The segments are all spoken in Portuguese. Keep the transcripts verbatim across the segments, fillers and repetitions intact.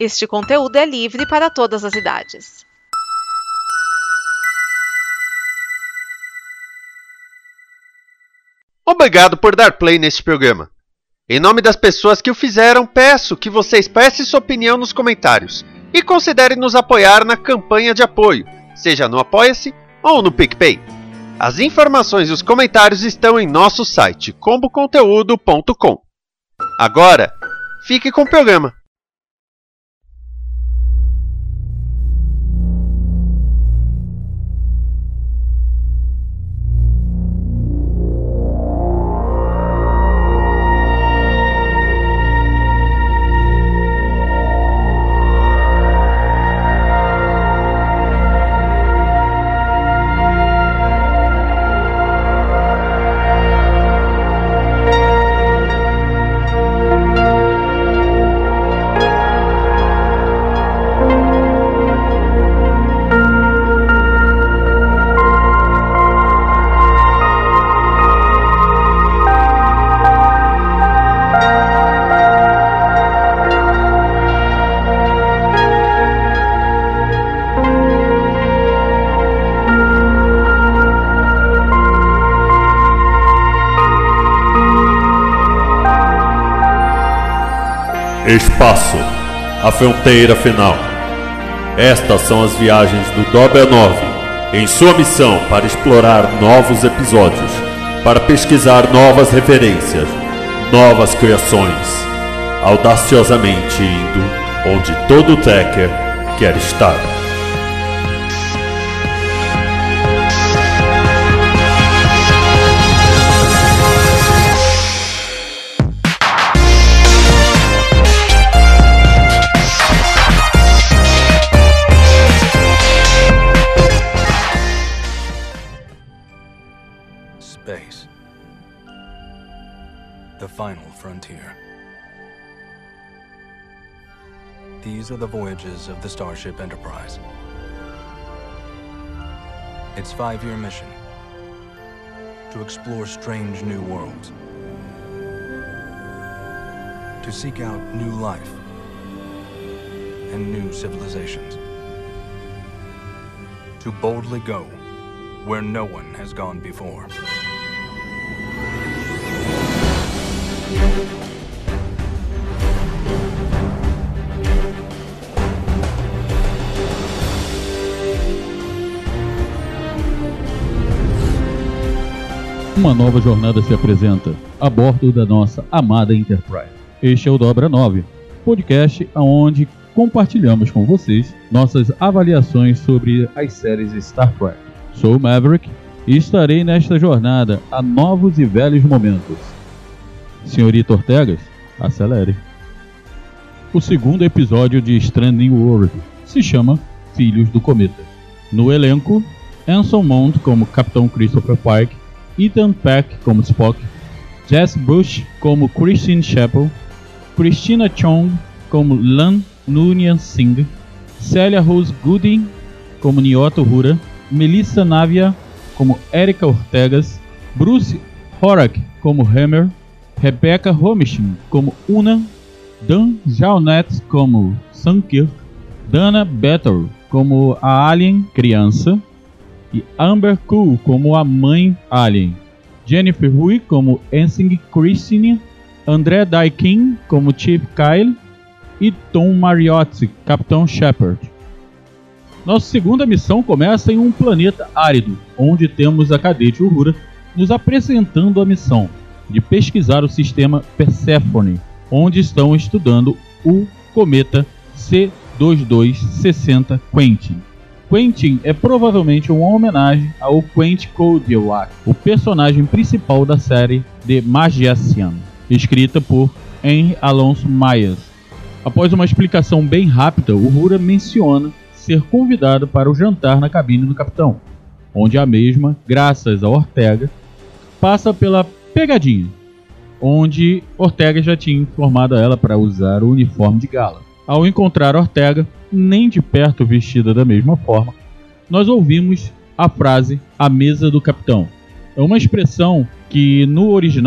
Este conteúdo é livre para todas as idades. Obrigado por dar play neste programa. Em nome das pessoas que o fizeram, peço que você expresse sua opinião nos comentários e considere nos apoiar na campanha de apoio, seja no Apoia-se ou no PicPay. As informações e os comentários estão em nosso site combo conteúdo ponto com. Agora, fique com o programa. Espaço, a fronteira final. Estas são as viagens do Dobra nove em sua missão para explorar novos episódios, para pesquisar novas referências, novas criações, audaciosamente indo onde todo Trekker quer estar. Space. The final frontier. These are the voyages of the Starship Enterprise. Its five-year mission: to explore strange new worlds, to seek out new life and new civilizations, to boldly go where no one has gone before. Uma nova jornada se apresenta a bordo da nossa amada Enterprise. Este é o Dobra nove, podcast onde compartilhamos com vocês nossas avaliações sobre as séries Star Trek. Sou o Maverick e estarei nesta jornada a novos e velhos momentos. Senhorita Ortegas, acelere. O segundo episódio de Strange New World se chama Filhos do Cometa. No elenco, Anson Mount como Capitão Christopher Pike, Ethan Peck como Spock, Jess Bush como Christine Chapel, Christina Chong como Lan Noonien Singh, Celia Rose Gooding como Nyota Uhura, Melissa Navia como Erika Ortegas, Bruce Horak como Hammer, Rebecca Romijn como Una, Dan Jaunet como Sankir, Dana Battle como a Alien Criança e Amber Koo como a Mãe Alien, Jennifer Hui como Ensign Christine, André Daikin como Chief Kyle e Tom Mariotti, Capitão Shepard. Nossa segunda missão começa em um planeta árido, onde temos a cadete Uhura nos apresentando a missão de pesquisar o sistema Persephone, onde estão estudando o cometa C vinte e dois sessenta Quentin. Quentin é provavelmente uma homenagem ao Quentin Kodiak, o personagem principal da série The Magiician, escrita por Henry Alonso Myers. Após uma explicação bem rápida, Uhura menciona ser convidado para o jantar na cabine do capitão, onde a mesma, graças a Ortega, passa pela pegadinha, onde Ortega já tinha informado a ela para usar o uniforme de gala. Ao encontrar Ortega, nem de perto vestida da mesma forma, nós ouvimos a frase "a mesa do capitão". É uma expressão que no original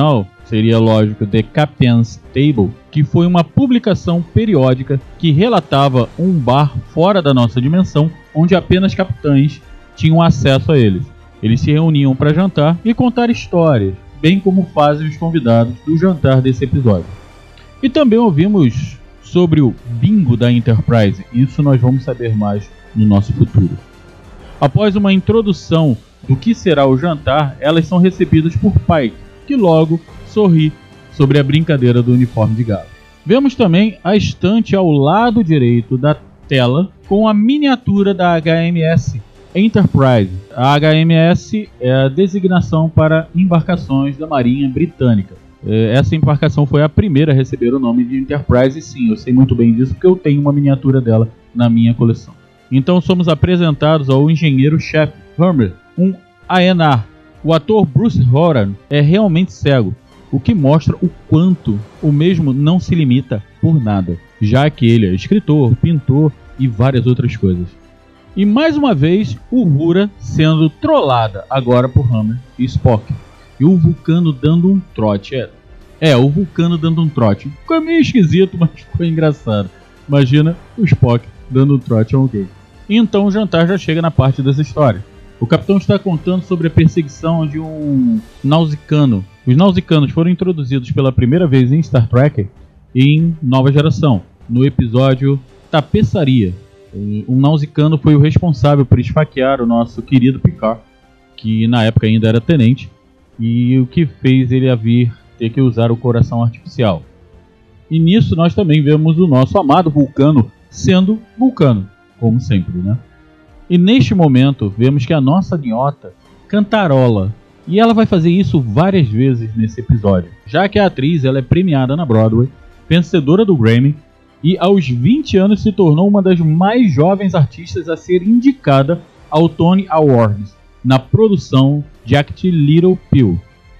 seria lógico The Captain's Table, que foi uma publicação periódica que relatava um bar fora da nossa dimensão, onde apenas capitães tinham acesso a eles. Eles se reuniam para jantar e contar histórias, bem como fazem os convidados do jantar desse episódio. E também ouvimos sobre o bingo da Enterprise, isso nós vamos saber mais no nosso futuro. Após uma introdução do que será o jantar, elas são recebidas por Pike, que logo sorri sobre a brincadeira do uniforme de gala. Vemos também a estante ao lado direito da tela com a miniatura da H M S Enterprise. A H M S é a designação para embarcações da Marinha Britânica. Essa embarcação foi a primeira a receber o nome de Enterprise, e sim, eu sei muito bem disso porque eu tenho uma miniatura dela na minha coleção. Então somos apresentados ao engenheiro-chefe Homer, um A N A. O ator Bruce Horan é realmente cego, o que mostra o quanto o mesmo não se limita por nada, já que ele é escritor, pintor e várias outras coisas. E mais uma vez, Uhura sendo trollada agora por Homer e Spock. E o Vulcano dando um trote. É, é, o Vulcano dando um trote. Ficou meio esquisito, mas ficou engraçado. Imagina o Spock dando um trote a alguém. E então o jantar já chega na parte das histórias. O capitão está contando sobre a perseguição de um Nausicano. Os Nausicanos foram introduzidos pela primeira vez em Star Trek em Nova Geração, no episódio Tapeçaria. Um Nausicano foi o responsável por esfaquear o nosso querido Picard, que na época ainda era tenente, e o que fez ele a vir ter que usar o coração artificial. E nisso nós também vemos o nosso amado Vulcano sendo Vulcano, como sempre, né? E neste momento vemos que a nossa Niota cantarola, e ela vai fazer isso várias vezes nesse episódio, já que a atriz ela é premiada na Broadway, vencedora do Grammy, e aos vinte anos se tornou uma das mais jovens artistas a ser indicada ao Tony Awards na produção Jagged Little Pill.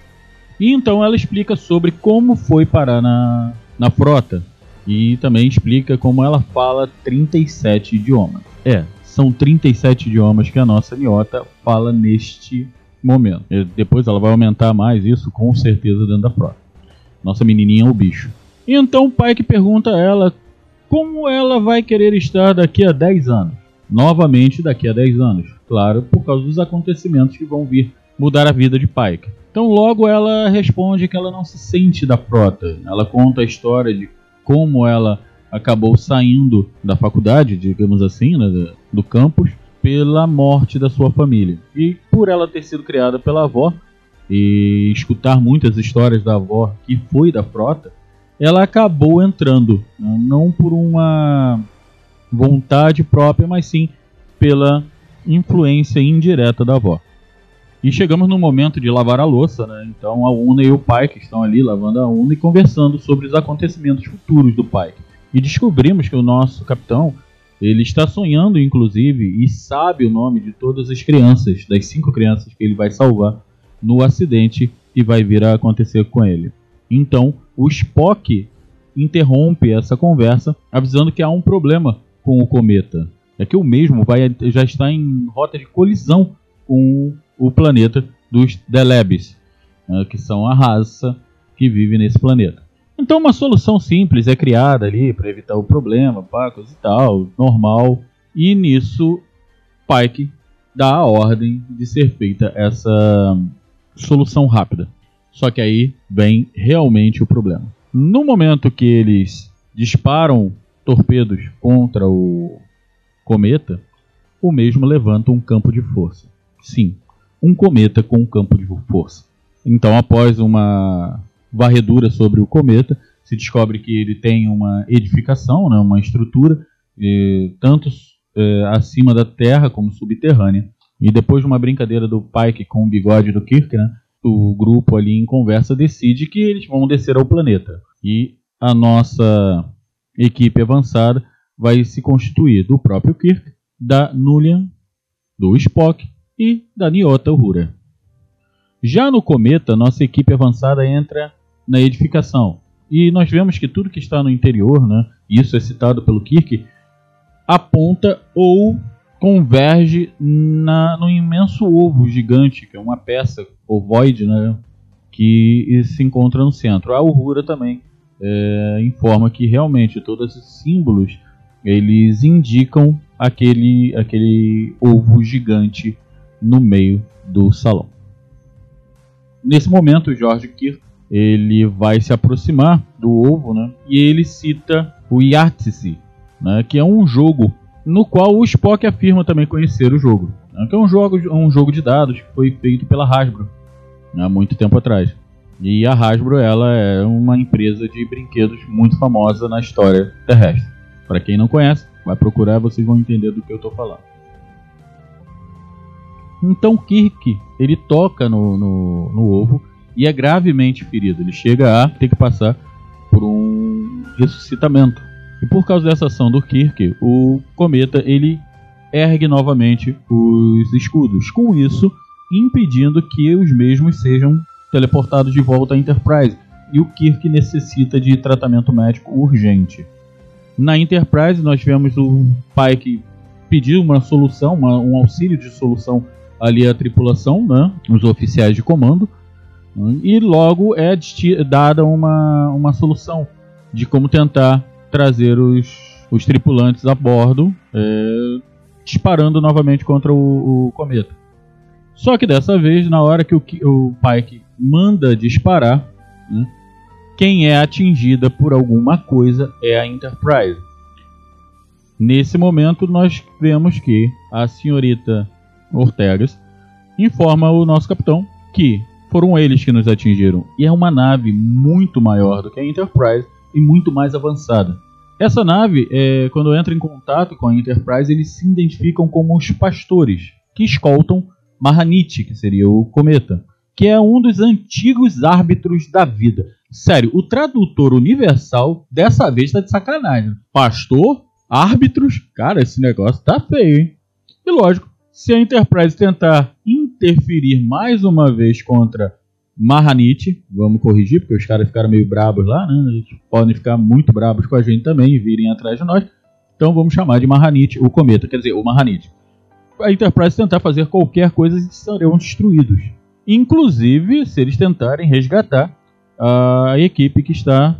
E então ela explica sobre como foi parar na, na frota, e também explica como ela fala trinta e sete idiomas. É, são trinta e sete idiomas que a nossa Niota fala neste momento. E depois ela vai aumentar mais isso com certeza dentro da frota. Nossa menininha é o bicho. E então o Pike pergunta a ela como ela vai querer estar daqui a dez anos. Novamente daqui a dez anos. Claro, por causa dos acontecimentos que vão vir mudar a vida de Pike. Então logo ela responde que ela não se sente da frota. Ela conta a história de como ela acabou saindo da faculdade, digamos assim, né, do campus, pela morte da sua família. E por ela ter sido criada pela avó e escutar muitas histórias da avó que foi da frota, ela acabou entrando, não por uma vontade própria, mas sim pela influência indireta da avó. E chegamos no momento de lavar a louça, né? Então a Una e o Pike estão ali lavando a Una e conversando sobre os acontecimentos futuros do Pike. E descobrimos que o nosso capitão, ele está sonhando inclusive e sabe o nome de todas as crianças, das cinco crianças que ele vai salvar no acidente que vai vir a acontecer com ele. Então o Spock interrompe essa conversa avisando que há um problema com o cometa. É que o mesmo vai, já está em rota de colisão com o planeta dos Delebes, né, que são a raça que vive nesse planeta. Então uma solução simples é criada ali para evitar o problema, pacos e tal, normal. E nisso Pike dá a ordem de ser feita essa solução rápida. Só que aí vem realmente o problema. No momento que eles disparam torpedos contra o cometa, o mesmo levanta um campo de força. Sim, um cometa com um campo de força. Então, após uma varredura sobre o cometa, se descobre que ele tem uma edificação, né, uma estrutura, eh, tanto eh, acima da terra como subterrânea. E depois de uma brincadeira do Pike com o bigode do Kirk, né, o grupo ali em conversa decide que eles vão descer ao planeta. E a nossa equipe avançada vai se constituir do próprio Kirk, da Nulian, do Spock e da Niota Uhura. Já no cometa, nossa equipe avançada entra na edificação. E nós vemos que tudo que está no interior, né, isso é citado pelo Kirk, aponta ou converge na, no imenso ovo gigante, que é uma peça ovoide, né, que se encontra no centro. A Uhura também é, informa que realmente todos esses símbolos eles indicam aquele, aquele ovo gigante no meio do salão. Nesse momento, o George Kirk ele vai se aproximar do ovo, né, e ele cita o Yahtzee, né, que é um jogo no qual o Spock afirma também conhecer o jogo, né, que é um jogo, um jogo de dados que foi feito pela Hasbro, né, há muito tempo atrás. E a Hasbro ela é uma empresa de brinquedos muito famosa na história terrestre. Para quem não conhece, vai procurar, vocês vão entender do que eu estou falando. Então Kirk ele toca no, no, no ovo e é gravemente ferido. Ele chega a ter que passar por um ressuscitamento. E por causa dessa ação do Kirk, o cometa ele ergue novamente os escudos. Com isso, impedindo que os mesmos sejam teleportados de volta à Enterprise. E o Kirk necessita de tratamento médico urgente. Na Enterprise nós vemos o Pike pedir uma solução, uma, um auxílio de solução ali à tripulação, né, os oficiais de comando. E logo é dada uma, uma solução de como tentar trazer os, os tripulantes a bordo, é, disparando novamente contra o, o cometa. Só que dessa vez, na hora que o, o Pike manda disparar, né, quem é atingida por alguma coisa é a Enterprise. Nesse momento nós vemos que a senhorita Ortegas informa o nosso capitão que foram eles que nos atingiram. E é uma nave muito maior do que a Enterprise e muito mais avançada. Essa nave, é, quando entra em contato com a Enterprise, eles se identificam como os pastores que escoltam Mahanit, que seria o cometa, que é um dos antigos árbitros da vida. Sério, o tradutor universal dessa vez tá de sacanagem. Pastor, árbitros, cara, esse negócio tá feio, hein? E lógico, se a Enterprise tentar interferir mais uma vez contra Mahanit, vamos corrigir, porque os caras ficaram meio brabos lá, né? Eles podem ficar muito brabos com a gente também e virem atrás de nós. Então vamos chamar de Mahanit, o cometa, quer dizer, o Mahanit. A Enterprise tentar fazer qualquer coisa, eles serão destruídos. Inclusive, se eles tentarem resgatar a equipe que está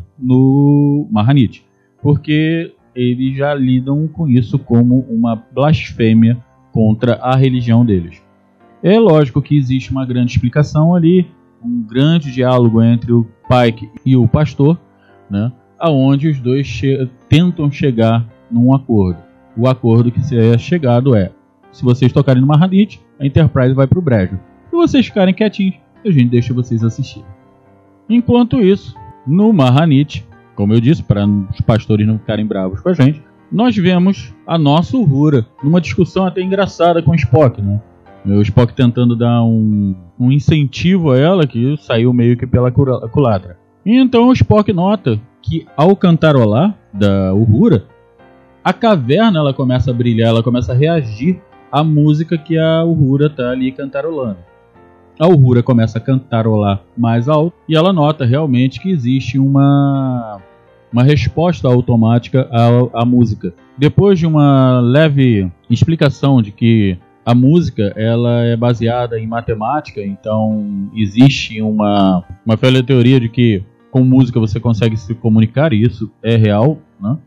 no Mahanit. Porque eles já lidam com isso como uma blasfêmia contra a religião deles. É lógico que existe uma grande explicação ali, um grande diálogo entre o Pike e o pastor, né, aonde os dois che- tentam chegar num acordo. O acordo que se é chegado é: se vocês tocarem no Mahanit, a Enterprise vai para o brejo. Se vocês ficarem quietinhos, a gente deixa vocês assistirem. Enquanto isso, no Mahanit, como eu disse, para os pastores não ficarem bravos com a gente, nós vemos a nossa Uhura numa discussão até engraçada com o Spock, né? O Spock tentando dar um, um incentivo a ela, que saiu meio que pela culatra. E então o Spock nota que ao cantarolar da Uhura, a caverna ela começa a brilhar, ela começa a reagir à música que a Uhura está ali cantarolando. A Uhura começa a cantarolar mais alto e ela nota realmente que existe uma, uma resposta automática à, à música. Depois de uma leve explicação de que a música ela é baseada em matemática, então existe uma, uma velha teoria de que com música você consegue se comunicar, e isso é real, né?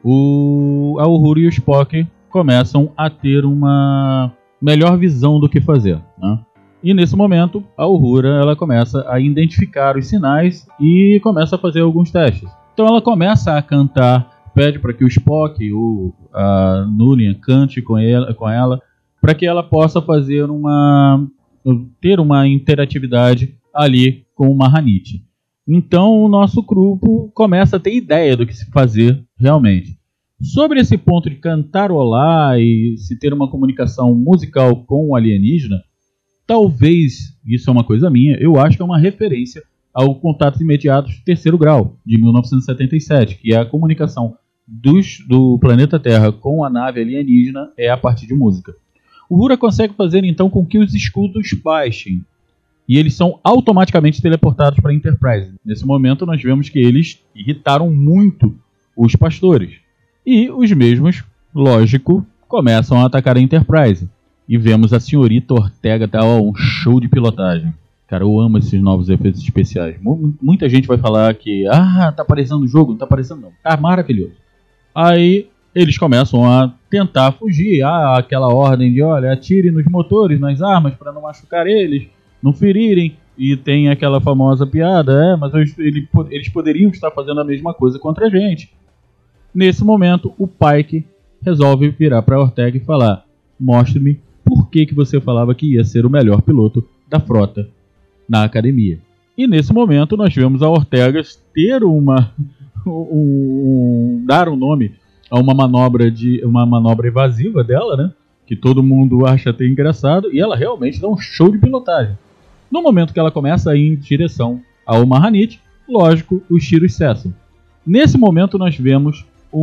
O, a Uhura e o Spock começam a ter uma melhor visão do que fazer, né? E nesse momento a Uhura ela começa a identificar os sinais e começa a fazer alguns testes. Então ela começa a cantar, pede para que o Spock ou a Nulian cante com ela, com ela para que ela possa fazer uma ter uma interatividade ali com o Mahanit. Então o nosso grupo começa a ter ideia do que se fazer realmente. Sobre esse ponto de cantarolar e se ter uma comunicação musical com o alienígena, talvez, isso é uma coisa minha, eu acho que é uma referência ao Contatos Imediatos Terceiro Grau, de mil novecentos e setenta e sete, que é a comunicação dos, do planeta Terra com a nave alienígena é a partir de música. O Uhura consegue fazer então com que os escudos baixem e eles são automaticamente teleportados para a Enterprise. Nesse momento nós vemos que eles irritaram muito os pastores e os mesmos, lógico, começam a atacar a Enterprise. E vemos a senhorita Ortega dar um show de pilotagem. Cara, eu amo esses novos efeitos especiais. Muita gente vai falar que, ah, tá aparecendo o jogo, não tá aparecendo não. Tá maravilhoso. Aí eles começam a tentar fugir. Ah, aquela ordem de, olha, atire nos motores, nas armas, para não machucar eles, não ferirem. E tem aquela famosa piada, é, mas eles, eles poderiam estar fazendo a mesma coisa contra a gente. Nesse momento, o Pike resolve virar para Ortega e falar, mostre-me por que, que você falava que ia ser o melhor piloto da frota na academia. E nesse momento nós vemos a Ortega ter uma um, um, dar um nome a uma manobra de uma manobra evasiva dela, né? Que todo mundo acha até engraçado, e ela realmente dá um show de pilotagem. No momento que ela começa a ir em direção ao Mahanit, lógico, os tiros cessam. Nesse momento nós vemos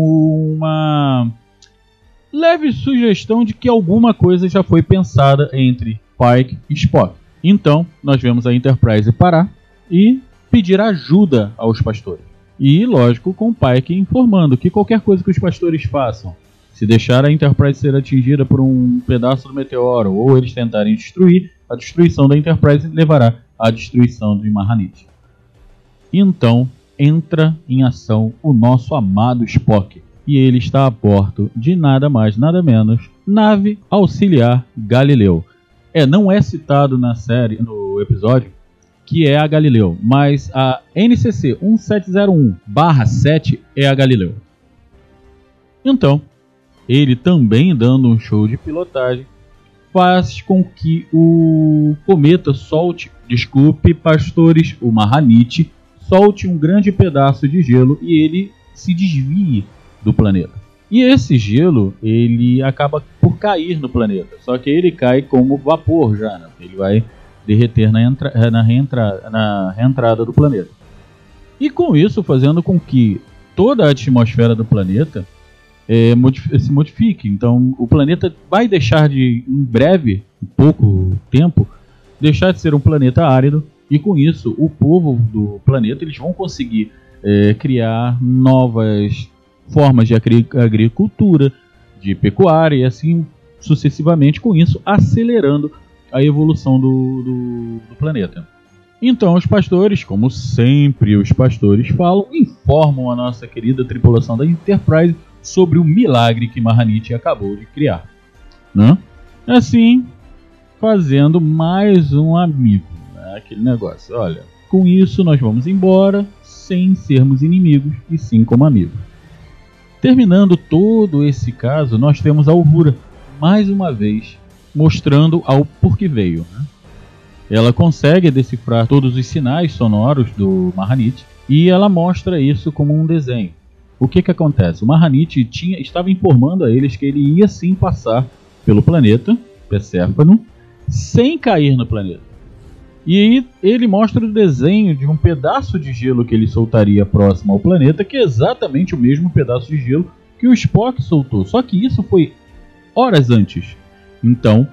uma leve sugestão de que alguma coisa já foi pensada entre Pike e Spock. Então, nós vemos a Enterprise parar e pedir ajuda aos pastores. E, lógico, com o Pike informando que qualquer coisa que os pastores façam, se deixar a Enterprise ser atingida por um pedaço do meteoro ou eles tentarem destruir, a destruição da Enterprise levará à destruição do Mahanit. Então, entra em ação o nosso amado Spock. E ele está a bordo de nada mais, nada menos, nave auxiliar Galileu. É, não é citado na série, no episódio, que é a Galileu, mas a N C C um sete zero um barra sete é a Galileu. Então, ele também dando um show de pilotagem, faz com que o cometa solte, desculpe, pastores, o Mahanit, solte um grande pedaço de gelo e ele se desvie do planeta. E esse gelo, ele acaba por cair no planeta. Só que ele cai como vapor já, né? Ele vai derreter na, entra na, reentra na reentrada do planeta. E com isso, fazendo com que toda a atmosfera do planeta é, modif se modifique. Então, o planeta vai deixar de, em breve, em pouco tempo, deixar de ser um planeta árido. E com isso, o povo do planeta eles vão conseguir é, criar novas formas de agricultura, de pecuária e assim sucessivamente, com isso acelerando a evolução do, do, do planeta. Então os pastores, como sempre os pastores falam, informam a nossa querida tripulação da Enterprise sobre o milagre que Mahanit acabou de criar, né? Assim, fazendo mais um amigo, né? Aquele negócio, olha, com isso nós vamos embora sem sermos inimigos e sim como amigos. Terminando todo esse caso, nós temos a Uhura, mais uma vez, mostrando ao porquê veio. Né? Ela consegue decifrar todos os sinais sonoros do Mahanit e ela mostra isso como um desenho. O que que acontece? O Mahanit tinha, estava informando a eles que ele ia sim passar pelo planeta, Perséfone, sem cair no planeta. E ele mostra o desenho de um pedaço de gelo que ele soltaria próximo ao planeta, que é exatamente o mesmo pedaço de gelo que o Spock soltou. Só que isso foi horas antes. Então,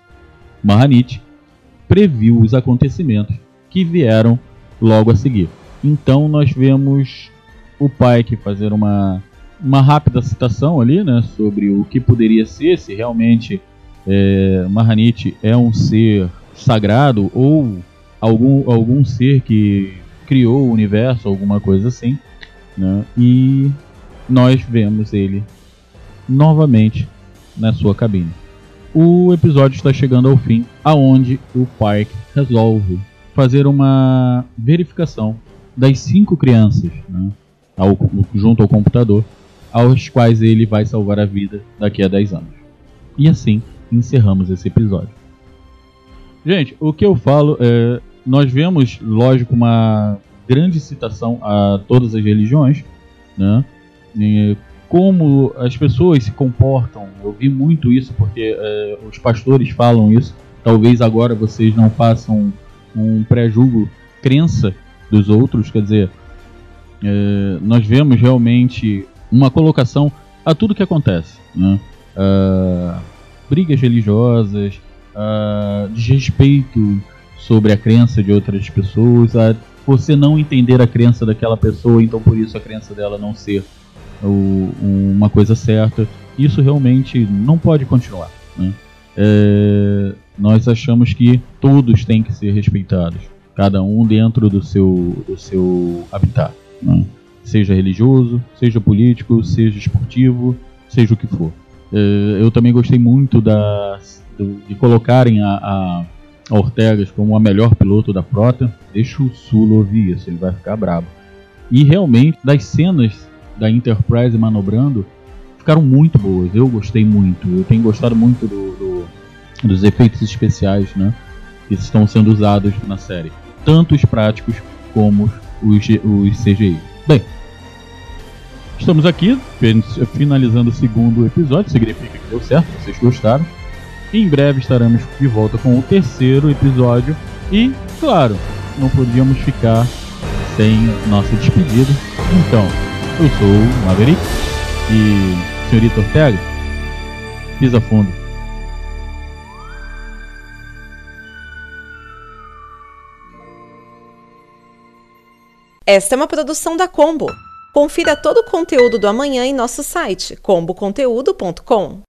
Mahanit previu os acontecimentos que vieram logo a seguir. Então nós vemos o Pike fazer uma, uma rápida citação ali, né, sobre o que poderia ser, se realmente é, Mahanit é um ser sagrado ou algum, algum ser que criou o universo, alguma coisa assim, né? E nós vemos ele novamente na sua cabine. O episódio está chegando ao fim, aonde o Pike resolve fazer uma verificação das cinco crianças, né, ao, junto ao computador, aos quais ele vai salvar a vida daqui a dez anos. E assim encerramos esse episódio. Gente, o que eu falo é, nós vemos, lógico, uma grande citação a todas as religiões, né? E como as pessoas se comportam. Eu vi muito isso porque é, os pastores falam isso. Talvez agora vocês não façam um pré-julgo crença dos outros, quer dizer, é, nós vemos realmente uma colocação a tudo que acontece, né? Uh, brigas religiosas, Uh, desrespeito sobre a crença de outras pessoas, a você não entender a crença daquela pessoa, então por isso a crença dela não ser o, uma coisa certa. Isso realmente não pode continuar, né? É, nós achamos que todos têm que ser respeitados, cada um dentro do seu, do seu habitat, né? Seja religioso, seja político, seja esportivo, seja o que for. Eu também gostei muito da, de colocarem a, a, a Ortegas como a melhor piloto da frota. Deixa o Sulo ouvir isso, ele vai ficar bravo. E realmente, das cenas da Enterprise manobrando, ficaram muito boas. Eu gostei muito. Eu tenho gostado muito do, do, dos efeitos especiais, né, que estão sendo usados na série. Tanto os práticos como os, os C G I. Bem, estamos aqui finalizando o segundo episódio. Significa que deu certo, vocês gostaram. Em breve estaremos de volta com o terceiro episódio. E, claro, não podíamos ficar sem nossa despedida. Então, eu sou o Maverick e senhorita Ortega, pisa fundo. Esta é uma produção da Combo. Confira todo o conteúdo do amanhã em nosso site combo conteúdo ponto com.